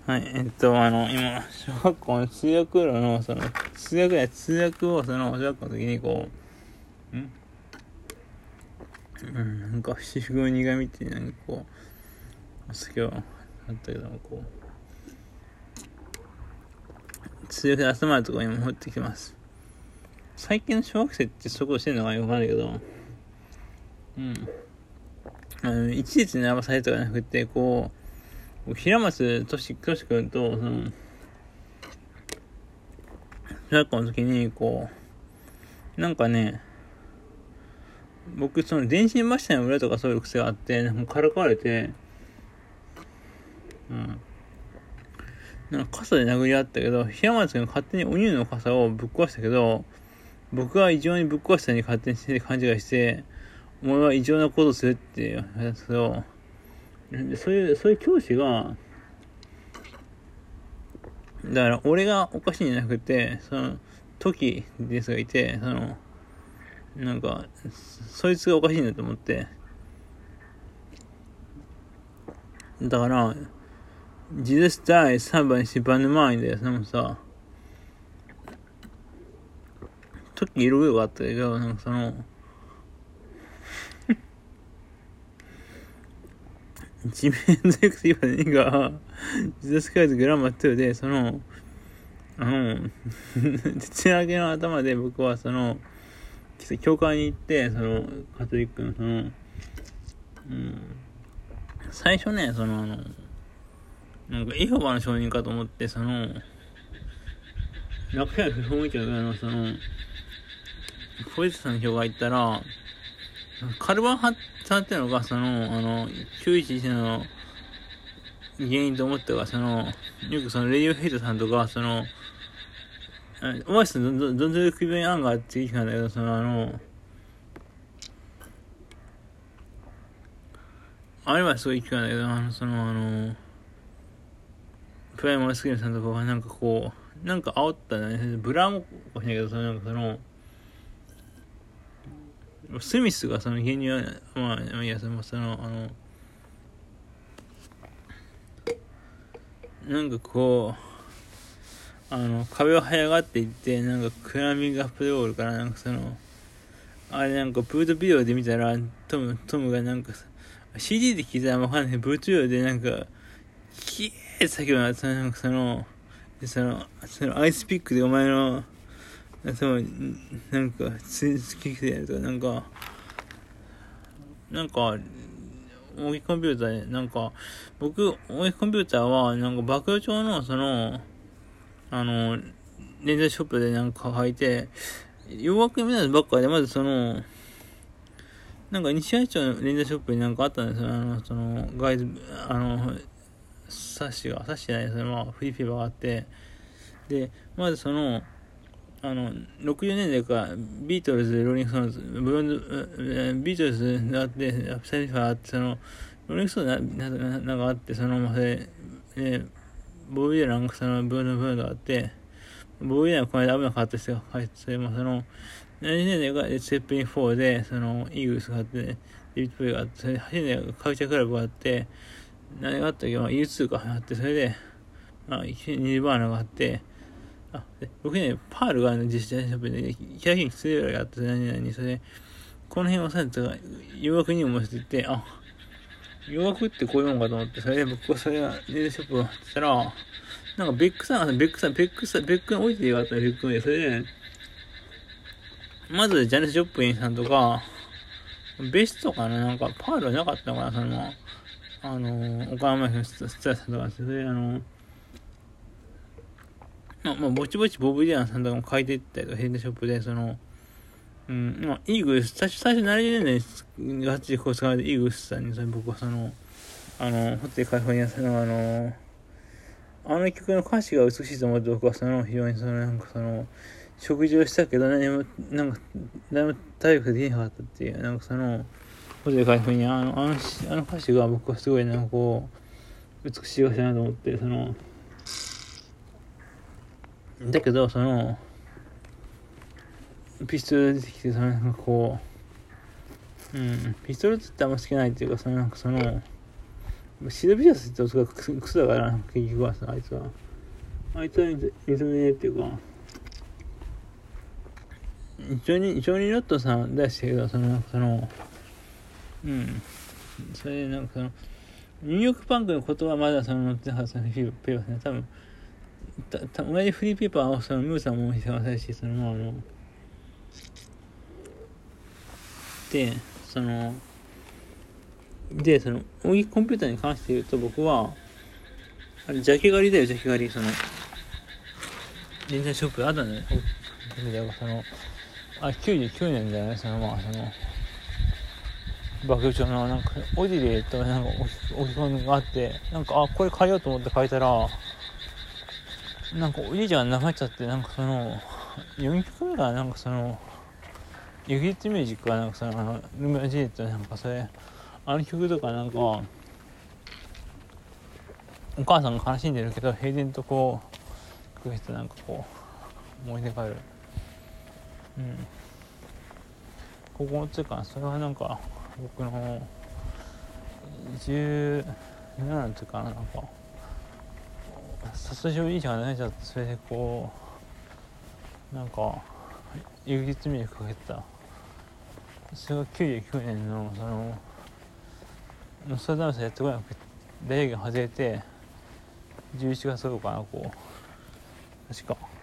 はい、今、小学校の通学路の、通学を、小学校の時に、なんか、私服の苦味って、お酒はあったけども、通学で集まるところにも持ってきてます。最近の小学生ってそういうことしてんのかよくわかんないけど、一列に並ばされるとかじゃなくて、平松俊君と、小学校の時に、なんかね、僕、電信柱の裏とかそういう癖があって、からかわれて、なんか傘で殴り合ったけど、平松君が勝手にお乳の傘をぶっ壊したけど、僕は異常にぶっ壊したに勝手にして勘違いして、お前は異常なことをするって言われたんですけど、そういう教師が、だから俺がおかしいんじゃなくて、時ですがいて、なんか、そいつがおかしいんだと思って、だから、Jesus died 3番しバヌマインで、さ、時いろいろあったけど、地面ゼクティブな人が、Jesus Christ グラマー2で、徹夜明けの頭で僕は教会に行って、カトリックの最初ね、なんかエホバの証人かと思って、落車不本意見のポリスさんの人が行ったら、カルバン貼ってるのが、911の原因と思ったが、よくレディオヘイトさんとか、オアシスのどんどん首に案があって言ってたんだけど、あれはすごい聞くんだけど、プライマースクリーンさんとかがなんか煽ったんだね。ブラーもかもしれないけど、スミスが原因は、いや、なんか壁を這い上がっていって、なんかクライミングアップロールから、あれなんかブートビデオで見たら、トムがなんか、CD で聞いたらわかんない。ブートビデオでなんか、キーって叫ぶの、アイスピックでお前の、なんか、つきてやるとか、大きいコンピューターで、僕、大きいコンピューターは、爆露帳の、レンズショップで書いて、洋楽見たのばっかで、まず西八丁のレンズショップにあったんですよ。ガイズ、冊子じゃない、フリーペーパーがあって、で、まず60年代からビートルズ、ローリングストーンズ、ビートルズがあって、サイファーあって、ローリングストーンズなんかあって、ボブ・ディランがブーンがあって、ボブ・ディランはこの間危なかったですよ。はい、それも70年代がレッツ・ゼッペリン4で、イーグルスがあって、デビッド・プレイがあって、それで80年代がカルチャークラブがあって、何があったっけ、U2 があって、それで、ニルバーナがあって、僕ね、パールが実写ショップで、キャヒンキツレラがあって、それで、この辺をされたら、洋楽にもしてて、洋楽ってこういうもんかと思って、それで僕はそれがネットショップをやってたら、ベックに置いてよかったらベックで、それで、まずジャニス・ジョップリンさんとか、ベストかな、パールはなかったのかな、岡山県のスターさんとか、それでぼちぼちボブ・ディランさんとかも書いていったりとか、ヘッドショップで、イーグルス、最初70年代にがっつり使われてイーグルスさんに、僕はホテルカリフォルニアさんの曲の歌詞が美しいと思って、僕は非常に食事をしたけど、誰も体力できなかったっていう、ホテルカリフォルニア、歌詞が僕はすごい美しい歌詞だなと思って、だけど、ピストル出てきて、ピストルってあんま好きないっていうか、 シドビシャスってクソだからな、結局はさ、あいつは認めねえっていうか、一応にロットさん出してるけど、その、それでなんかその、ニューヨークパンクのことはまだその載ってなかった、そのフリーペーパーですね。多分同じフリーペーパーをそのムーさんもしてませんし、そので、その音楽コンピューターに関して言うと、僕はあれジャケ狩りだよ、ジャケ狩り。その電車ショップあったんだよ。その99年だよね。その爆笑のなんかオディレとなんか置き込みがあって、なんかこれ買いようと思って買えたら、なんかおじいちゃんがなくなっちゃって、なんかその4曲目がなんかそのユギッツミュージックはなんかそのルメアジェットなんかそれ曲とかなんかお母さんが悲しんでるけど平然とこうくれてなんかこう思い出がある。ここっていうかそれはなんか僕の17っていうかなんか殺傷以上がないじゃん。それでこうなんかユギッツミュージックかけてた。それが99年のそのノストラダムスやってこなくて大学外れて11月とかな、こう確か